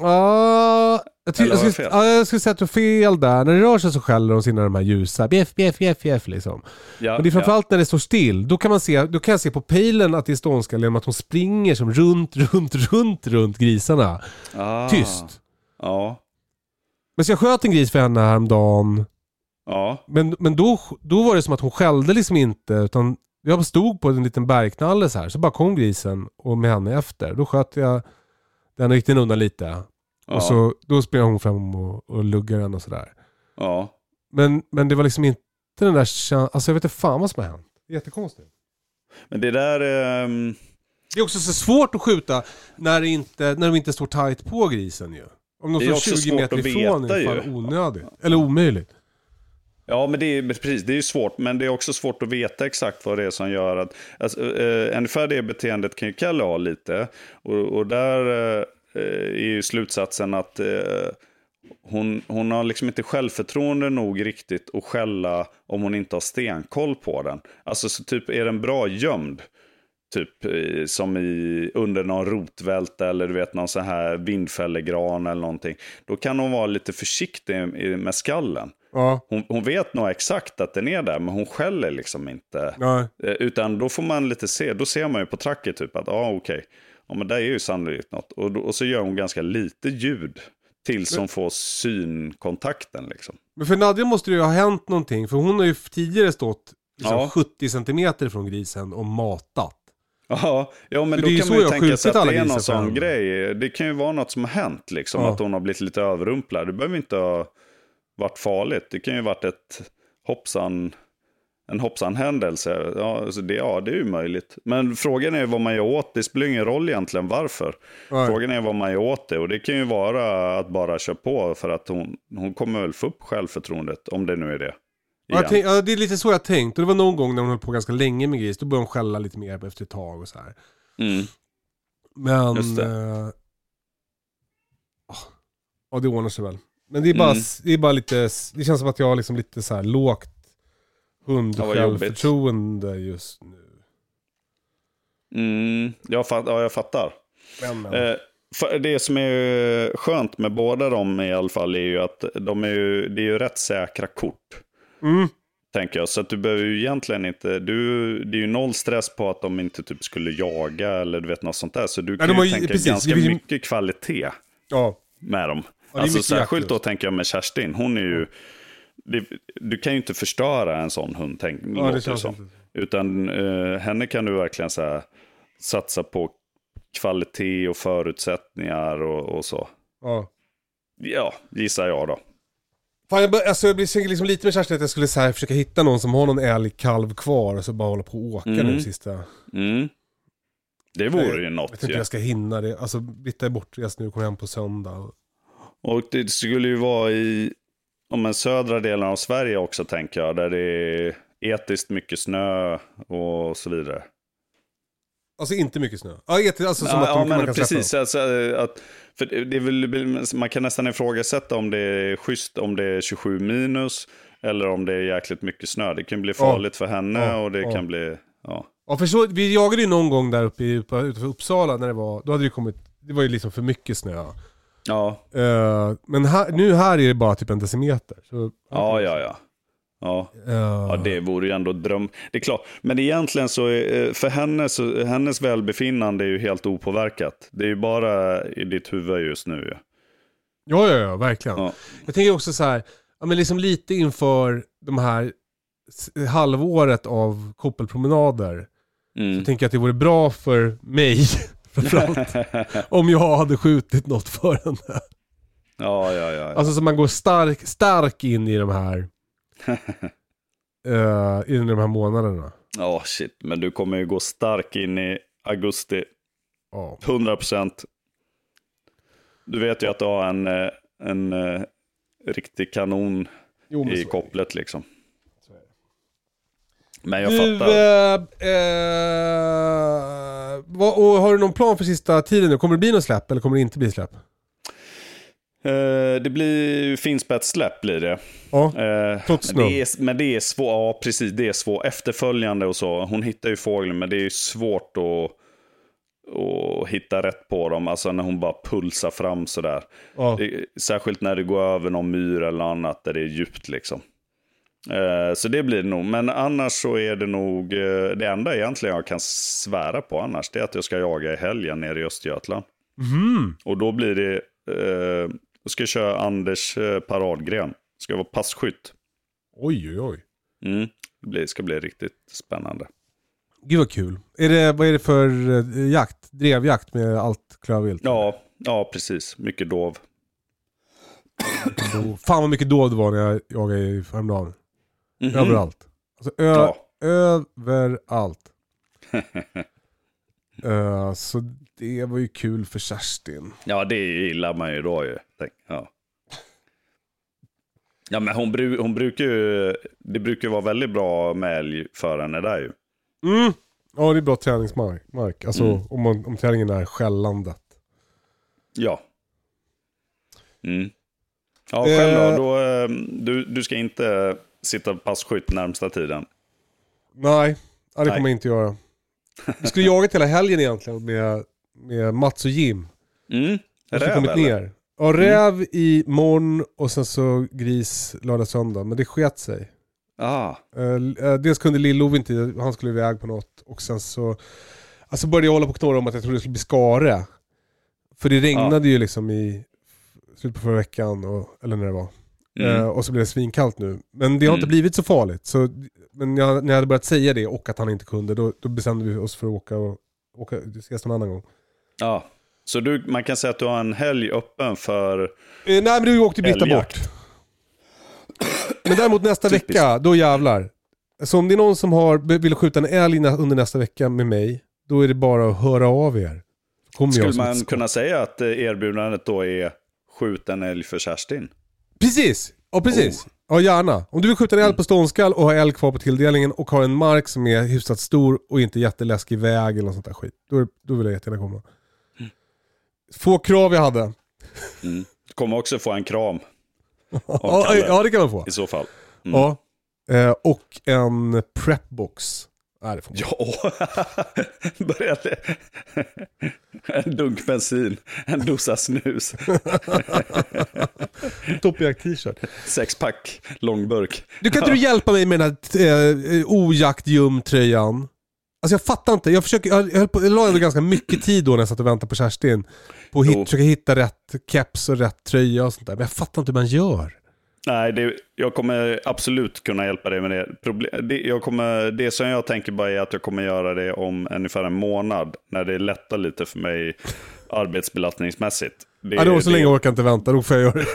Ja, uh, jag, ty- jag, skulle, uh, jag skulle säga att du är fel där. När det rör sig så skäller de sina de här ljusa bjeff, bjeff, bjeff, bjeff liksom. Ja, och det är framförallt ja. när det står still. Då kan man se, då kan jag se på pejlen att det är ståndskall genom att hon springer som runt, runt, runt, runt grisarna. Ah. Tyst. Ja. Men så jag sköt en gris för henne häromdagen. Ja. Men, men då, då var det som att hon skällde liksom inte, utan jag stod på en liten bergknalle så här. Så bara kom grisen och med henne efter. Då sköt jag den, gick den undan lite. Ja. Och så, då sprang hon fram och, och luggade den och sådär. Ja. Men, men det var liksom inte den där känslan. Alltså jag vet inte fan vad som har hänt. Det är jättekonstigt. Men det där... Um... Det är också så svårt att skjuta när, det inte, när de inte står tajt på grisen ju. Om de står tjugo meter ifrån är det fan onödigt. Eller omöjligt. Ja, men det är precis, det är ju svårt, men det är också svårt att veta exakt vad det är som gör att alltså, eh, ungefär det beteendet kan ju Kalle ha lite, och, och där eh, är ju slutsatsen att eh, hon, hon har liksom inte självförtroende nog riktigt att skälla om hon inte har stenkoll på den. Alltså så typ är den bra gömd, typ som i under någon rotvälta eller du vet någon sån här vindfällegran eller någonting, då kan hon vara lite försiktig med skallen. Ja. Hon, hon vet nog exakt att den är där, men hon skäller liksom inte. Nej. Utan då får man lite se, då ser man ju på tracket typ att ja ah, okej, okay. ja men det är ju sannolikt något. Och, och så gör hon ganska lite ljud tills hon får synkontakten liksom. Men för Nadja måste det ju ha hänt någonting, för hon har ju tidigare stått liksom ja. sjuttio centimeter från grisen och matat. Ja, ja men för då kan man ju tänka sig att det är någon sån henne. grej. Det kan ju vara något som har hänt liksom, ja. Att hon har blivit lite överrumplad. Det behöver inte ha varit farligt. Det kan ju ha varit ett hoppsan, en hoppsan händelse. Ja, alltså det, ja, det är ju möjligt. Men frågan är vad man gör åt. Det spelar ingen roll egentligen varför. Nej. Frågan är vad man gör åt det. Och det kan ju vara att bara köra på, för att hon, hon kommer väl få upp självförtroendet, om det nu är det. Ja, tänk, ja, det är lite så jag tänkt. Och det var någon gång när hon höll på ganska länge med gris. Då började hon skälla lite mer efter ett tag och så här. Mm. Men just det. Eh, ja, det ordnar sig väl. Men det är bara, mm. det är bara lite, det känns som att jag har liksom lite så här lågt hund och ja, självförtroende just nu. Mm, jag, fatt, ja, jag fattar. Men, men. Eh, för det som är skönt med båda dem i alla fall är ju att de är ju, det är ju rätt säkra kort. Mm. Tänker jag. Så att du behöver ju egentligen inte, du, det är ju noll stress på att de inte typ skulle jaga eller du vet något sånt där. Så du kan ja, ju tänka precis, ganska ju... mycket kvalitet ja. Med dem. Ja, alltså särskilt då tänker jag med Kerstin. Hon är ju, det, du kan ju inte förstöra en sån hund, tänk, ja, det känns som. Utan uh, henne kan du verkligen så här, satsa på kvalitet och förutsättningar och, och så. Ja. Ja, gissar jag då. Fan, jag, alltså, jag blir liksom lite med Kerstin att jag skulle så här, försöka hitta någon som har någon älgkalv kvar och så bara hålla på och åka mm. nu sista. Mm. Det vore ju något. Jag vet inte hur jag ska hinna det. Alltså, Britta är bortrest nu, kommer hem på söndag. Och det skulle ju vara i om en södra delen av Sverige också, tänker jag. Där det är etiskt mycket snö och så vidare. Alltså inte mycket snö. Ja, etiskt, alltså som ja, att de, ja, man men kan precis. Alltså, att, för det är väl, man kan nästan ifrågasätta om det är schysst, om det är tjugosju minus eller om det är jäkligt mycket snö. Det kan bli farligt ja. För henne ja, och det ja. Kan bli... Ja. Ja, för så, vi jagade ju någon gång där uppe i, utanför Uppsala när det var, då hade det kommit, det var ju liksom för mycket snö. Ja. Uh, men här, nu här är det bara typ en decimeter. Så, ja, ja, ja. Ja. Uh. Ja, det vore ju ändå dröm. Det är klart, men egentligen så är, för henne så, hennes välbefinnande är ju helt opåverkat. Det är ju bara i ditt huvud just nu. Ja, ja, ja, ja verkligen. Ja. Jag tänker också så här, ja, men liksom lite inför de här halvåret av koppelpromenader mm. så tänker jag att det vore bra för mig framförallt om jag hade skjutit något för henne. Ja, ja, ja, ja. Alltså så man går stark, stark in i de här uh, in i de här månaderna. Ja, oh, shit. Men du kommer ju gå stark in i augusti. Oh. hundra procent. Du vet ju att du har en, en, en, en riktig kanon jo, i kopplet liksom. Men jag du, fattar. Eh, eh, vad, och har du någon plan för sista tiden nu? Kommer det bli någon släpp eller kommer det inte bli släpp? Eh, det blir finspätssläpp blir det. Ja, eh, trots men, det är, men det är svårt. Ja, precis. Det är svårt. Efterföljande och så. Hon hittar ju fågeln, men det är svårt att, att hitta rätt på dem. Alltså när hon bara pulsar fram sådär. Ja. Det, särskilt när det går över någon myr eller annat där det är djupt liksom. Uh, så det blir det nog. Men annars så är det nog uh, det enda egentligen jag kan svära på annars, det är att jag ska jaga i helgen nere i Östergötland. Mm. Och då blir det uh, då ska jag köra Anders uh, paradgren. Ska vara passkytt. Oj oj oj. Mm. Det blir, ska bli riktigt spännande. Gud vad kul. Är det, vad är det för uh, jakt? Drevjakt med allt klövvilt? Ja, ja precis. Mycket dov. Fan vad mycket dov det var när jag jagade i häromdagen. Mm-hmm. Överallt. Alltså ö- ja. överallt. uh, så det var ju kul för Kerstin. Ja, det gillar man ju då ju. Ja, ja men hon, bru- hon brukar ju, det brukar ju vara väldigt bra med älg för henne där ju. Mm. Ja, det är bra träningsmark. Alltså mm. om, man, om träningen är skällandet. Ja. Mm. Ja, själv då, då du, du ska inte sitta passkytt närmsta tiden. Nej, ja, det kommer jag inte göra. Vi skulle jaga hela helgen egentligen med, med Mats och Jim. Mm. Räv kommit ner. Ja, räv mm. i morgon och sen så gris lördag söndag. Men det sket sig. Ah. Uh, dels kunde Lillov inte, han skulle iväg på något. Och sen så, Alltså började jag hålla på knorra om att jag trodde det skulle bli skare. För det regnade ja. ju liksom i slutet på förra veckan, och, eller när det var. Mm. Uh, och så blev det svinkallt nu. Men det har mm. inte blivit så farligt. Så, men jag, när jag hade börjat säga det och att han inte kunde, då, då bestämde vi oss för att åka och åka, ses någon annan gång. Ja, så du, man kan säga att du har en helg öppen för... Uh, nej, men du åkte byta bort. Men däremot nästa vecka, då jävlar. Så om det är någon som har, vill skjuta en älg under nästa vecka med mig, då är det bara att höra av er. Kommer Skulle man kunna säga att erbjudandet då är skjuta en älg för Kerstin? Precis, ja precis. Oh. Ja gärna. Om du vill skjuta en älg på ståndskall och ha älg kvar på tilldelningen och har en mark som är hyfsat stor och inte jätteläskig väg eller något sånt där skit, då, då vill jag jättegärna komma. Mm. Få krav jag hade. Mm. Du kommer också få en kram. Ja, ja, det kan man få. I så fall. Mm. Ja. Eh, och en prepbox. Nej, det får man. Ja. Började. En dunk bensin. En dosa snus. Toppjakt t-shirt. Sexpack långburk. Du kan inte ja. du hjälpa mig med den här eh, ojaktjumtröjan? Alltså jag fattar inte. Jag försöker jag, jag, på, jag la ändå ganska mycket tid då när jag satt och väntade på Kerstin på att hit, försöka hitta rätt keps och rätt tröja och sånt där. Men jag fattar inte hur man gör. Nej, det, jag kommer absolut kunna hjälpa dig med det. Problem, det, jag kommer, det som jag tänker bara är att jag kommer göra det om ungefär en månad. När det lättar lite för mig arbetsbelastningsmässigt. Det, ja, då så det, länge jag orkar inte vänta. Då får jag göra det.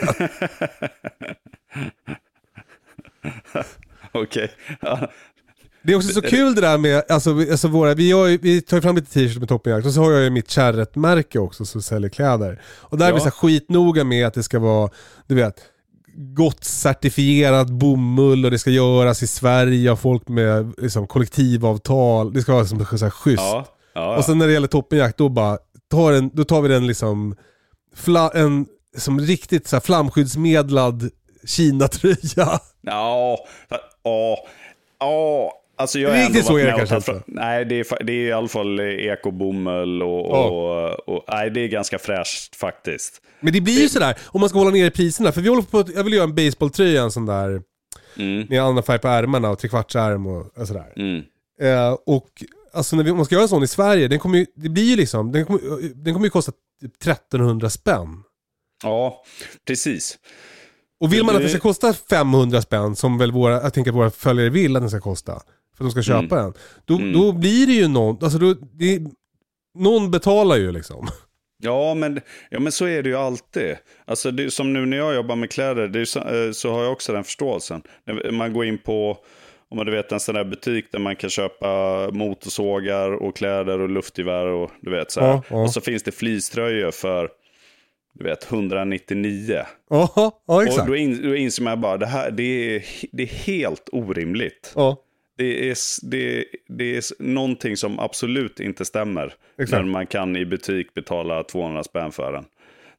Okej. Okay. Det är också så kul det där med, alltså, alltså våra, vi, har, vi tar fram lite t-shirt med Toppjakt och så har jag ju mitt Kärret-märke också som säljer kläder. Och där ja. är vi så här skitnoga med att det ska vara, du vet, gott certifierad bomull och det ska göras i Sverige av folk med liksom, kollektivavtal. Det ska vara som så här schysst. Ja. Ja, ja. Och sen när det gäller Toppjakt då bara tar, en, då tar vi den liksom fla, en som riktigt så här flamskyddsmedlad Kina-tröja. Ja, ja, ja. Alltså jag är riktigt så är det kanske från, nej, det är, det är i alla fall ekobomull och, ja. och, och nej, det är ganska fräscht faktiskt. Men det blir det... ju sådär, om man ska hålla ner priserna, för vi håller på, jag vill göra en baseballtröja, en sån där mm. med andra färg på ärmarna och trekvartsärm och, och sådär. Mm. Eh, och alltså när vi, om man ska göra en sån i Sverige, den kommer ju, det blir ju liksom, den kommer, den kommer ju kosta trettonhundra spänn. Ja, precis. Och vill man att det ska kosta femhundra spänn, som väl våra, jag tänker att våra följare vill att den ska kosta, för att de ska köpa mm. den, då, mm. då blir det ju någon, alltså då, det, någon betalar ju liksom. Ja men, ja, men så är det ju alltid. Alltså det, som nu när jag jobbar med kläder, det är så, så har jag också den förståelsen. När man går in på, om man du vet, en sån där butik där man kan köpa motorsågar och kläder och luftgevär och du vet så här. Ja, ja. Och så finns det fleecetröjor för du vet etthundranittionio. Ja, ja exakt. Och då, in, då inser man bara det här, det är, det är helt orimligt. Ja. Det är, det, det är någonting som absolut inte stämmer. Exakt. När man kan i butik betala tvåhundra spänn för den.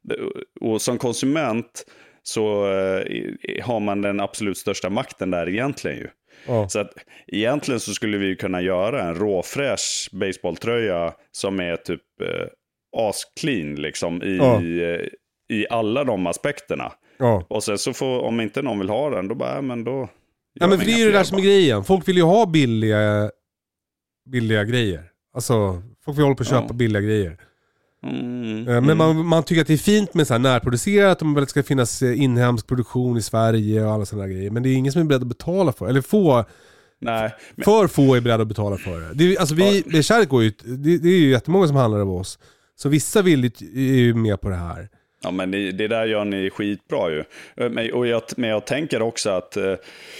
Och som konsument så eh, har man den absolut största makten där egentligen ju. Ja. Så att egentligen så skulle vi kunna göra en råfräsch baseballtröja som är typ eh, asclean liksom i, ja. i, i alla de aspekterna. Ja. Och sen så får, om inte någon vill ha den, då bara, ja, men då... Ja, men för det är ju det där som är grejen. Folk vill ju ha billiga billiga grejer. Alltså, folk vill hålla på att köpa ja. billiga grejer. Mm, men mm. Man, man tycker att det är fint med så här närproducerat, om det ska finnas inhemsk produktion i Sverige och alla sådana grejer. Men det är ingen som är beredd att betala för, eller få. Nej, men... För få är beredda att betala för det. Det är, alltså vi, ja. Kärret går ut, det, det är ju jättemånga som handlar av oss. Så vissa vill ju, är ju med på det här. Ja, men det, det där gör ni skitbra ju. Men, och jag, men jag tänker också att eh,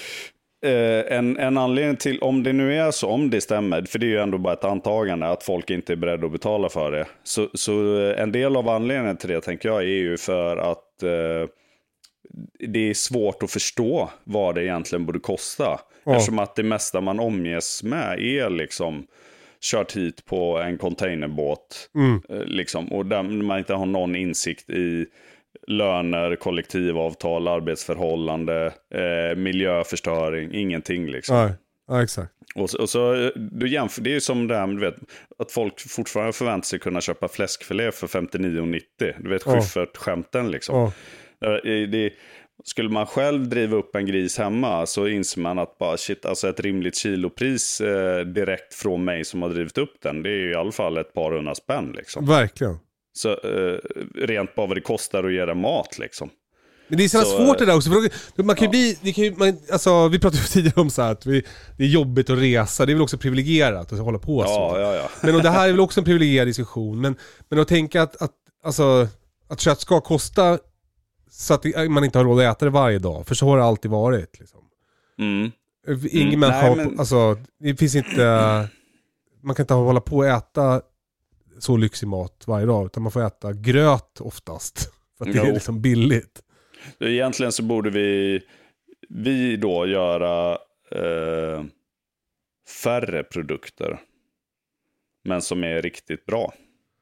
en, en anledning till, om det nu är så, om det stämmer, för det är ju ändå bara ett antagande att folk inte är beredda att betala för det. Så, så en del av anledningen till det, tänker jag, är ju för att eh, det är svårt att förstå vad det egentligen borde kosta. Ja. Eftersom att det mesta man omges med är liksom kört hit på en containerbåt mm. liksom, och där man inte har någon insikt i löner, kollektivavtal, arbetsförhållande, eh, miljöförstöring, ingenting liksom. Ja, ja exakt. Och, och så du jämför, det är ju som det här, du vet, att folk fortfarande förväntar sig kunna köpa fläskfilé för femtionio nittio. Du vet, Schyffert-skämten liksom. Ja. Det, det, Skulle man själv driva upp en gris hemma så inser man att bara shit, alltså ett rimligt kilopris eh, direkt från mig som har drivit upp den, det är ju i alla fall ett par hundra spänn liksom. Verkligen. Så eh, rent bara vad det kostar att göra mat liksom. Men det är så, så svårt det där också, för man kan ju ja. bli, det kan ju, man, alltså, vi pratade ju tidigare om så här att vi, det är jobbigt att resa, det är väl också privilegierat att hålla på så. Ja, ja, ja. Men och det här är väl också en privilegierad diskussion, men, men att tänka att, att, alltså, att kött ska kosta så att man inte har råd att äta det varje dag, för så har det alltid varit liksom. Mm. Ingen mm, människa nej, har, men... alltså, det finns inte, man kan inte hålla på och äta så lyxig mat varje dag, utan man får äta gröt oftast, för att det är liksom billigt. Egentligen så borde vi vi då göra eh, färre produkter, men som är riktigt bra.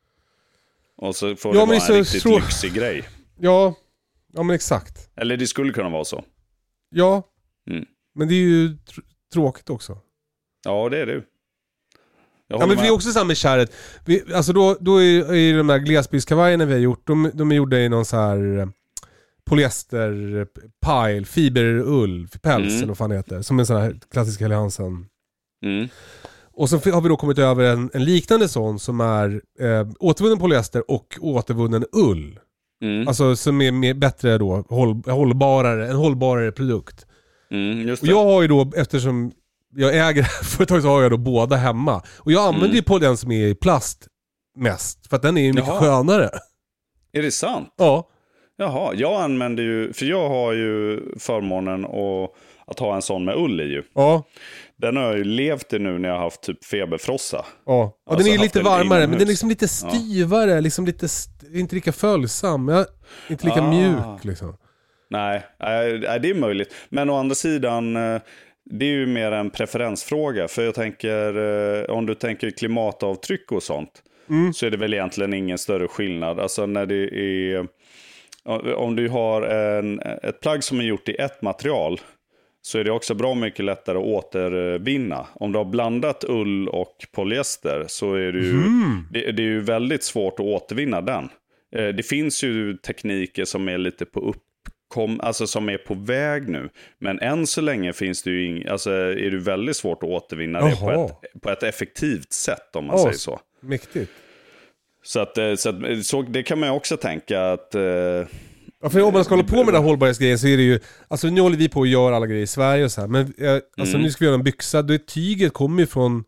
Och så får det ja, vara en så, riktigt så... lyxig grej. Ja, ja men exakt. Eller det skulle kunna vara så. Ja, mm. men det är ju tr- tråkigt också. Ja, det är det. Ja, men vi är också samma med kärret. Vi, alltså då, då är, är de där glesbygdskavajerna vi har gjort, de, de är gjorda i någon så här polyester, pile, fiberull, päls mm. eller vad fan det heter. Som en sån här klassisk Helly Hansen. Mm. Och så har vi då kommit över en, en liknande sån som är eh, återvunnen polyester och återvunnen ull. Mm. Alltså som är mer, bättre då, håll, hållbarare, en hållbarare produkt. Mm, just och det. jag har ju då, eftersom jag äger företag, så har jag då båda hemma. Och jag använder mm. ju på den som är i plast mest, för att den är ju mycket Jaha. skönare. Är det sant? Ja. Jaha, jag använder ju, för jag har ju förmånen att, att ha en sån med ull i ju. Ja. Den har jag ju levt i nu när jag har haft typ feberfrossa. Ja, och alltså den är ju lite varmare, men den är liksom lite Ja. styvare, liksom lite, st- inte lika följsam, ja, inte lika Ah. mjuk liksom. Nej, nej, det är möjligt. Men å andra sidan, det är ju mer en preferensfråga. För jag tänker, om du tänker klimatavtryck och sånt, mm. så är det väl egentligen ingen större skillnad. Alltså när det är, om du har en, ett plagg som är gjort i ett material, så är det också bra mycket lättare att återvinna. Om du har blandat ull och polyester, så är det ju, mm. det, det är ju väldigt svårt att återvinna den. Det finns ju tekniker som är lite på upp Kom, alltså som är på väg nu. Men än så länge finns det ju ing, alltså är det väldigt svårt att återvinna det på ett, på ett effektivt sätt, om man oh, säger så. Mäktigt. Så, att, så, att, så det kan man ju också tänka att... Eh, ja, för om man ska hålla på med den här hållbarhetsgrejen, så är det ju... Alltså nu håller vi på att göra alla grejer i Sverige och så här. Men eh, alltså, mm. nu ska vi göra en byxa. Då är tyget kommer ju från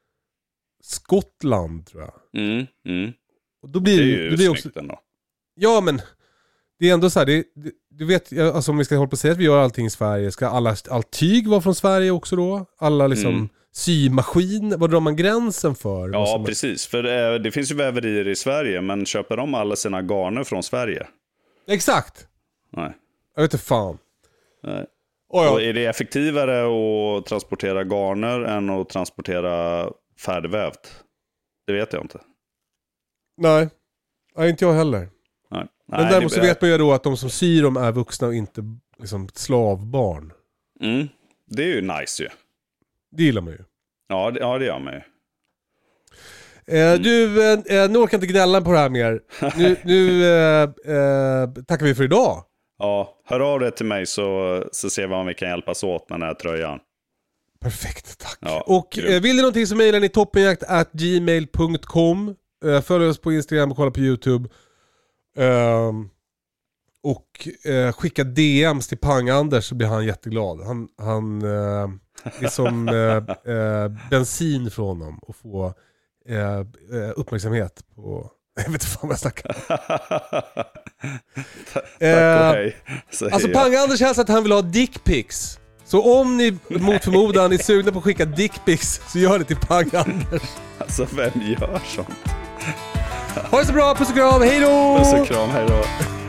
Skottland, tror jag. Mm, mm. Och då blir det är ju det blir snyggt också, ändå. Ja, men... Det är ändå så här, det, det, du vet, alltså om vi ska hålla på att säga att vi gör allting i Sverige, ska alla, allt tyg vara från Sverige också då? Alla liksom mm. symaskin, vad drar man gränsen för? Ja, precis. För det, det finns ju väverier i Sverige, men köper de alla sina garner från Sverige? Exakt. Nej. Jag vet inte fan. Nej. Oh, ja. Och är det effektivare att transportera garner än att transportera färdigvävt? Det vet jag inte. Nej, Nej inte jag heller. Nej. Men Nej, däremot så vet man ju då att de som syr dem är vuxna och inte liksom slavbarn. Mm. Det är ju nice ju. Det gillar man ju. Ja, det, ja, det gör man ju. Mm. Eh, du, eh, nu orkar inte gnälla på det här mer. Nu, nu eh, eh, tackar vi för idag. Ja, hör av det till mig så, så ser vi om vi kan hjälpas åt med den här tröjan. Perfekt, tack. Ja, och eh, vill ni någonting så mejlar ni toppenjakt at gmail dot com. eh, Följ oss på Instagram och kolla på YouTube. Uh, och uh, skicka D M's till Pang-Anders så blir han jätteglad. Han, han uh, är som uh, uh, bensin för honom och få uh, uh, uppmärksamhet på... Jag vet inte fan vad jag snackar. Tack och hej. Uh, alltså Pang-Anders hälsar att han vill ha dickpics. Så om ni mot förmodan är sugna på att skicka dickpics, så gör det till Pang-Anders. Alltså vem gör sånt? Ha det så bra, puss och kram, hej då! Puss och kram, hej då!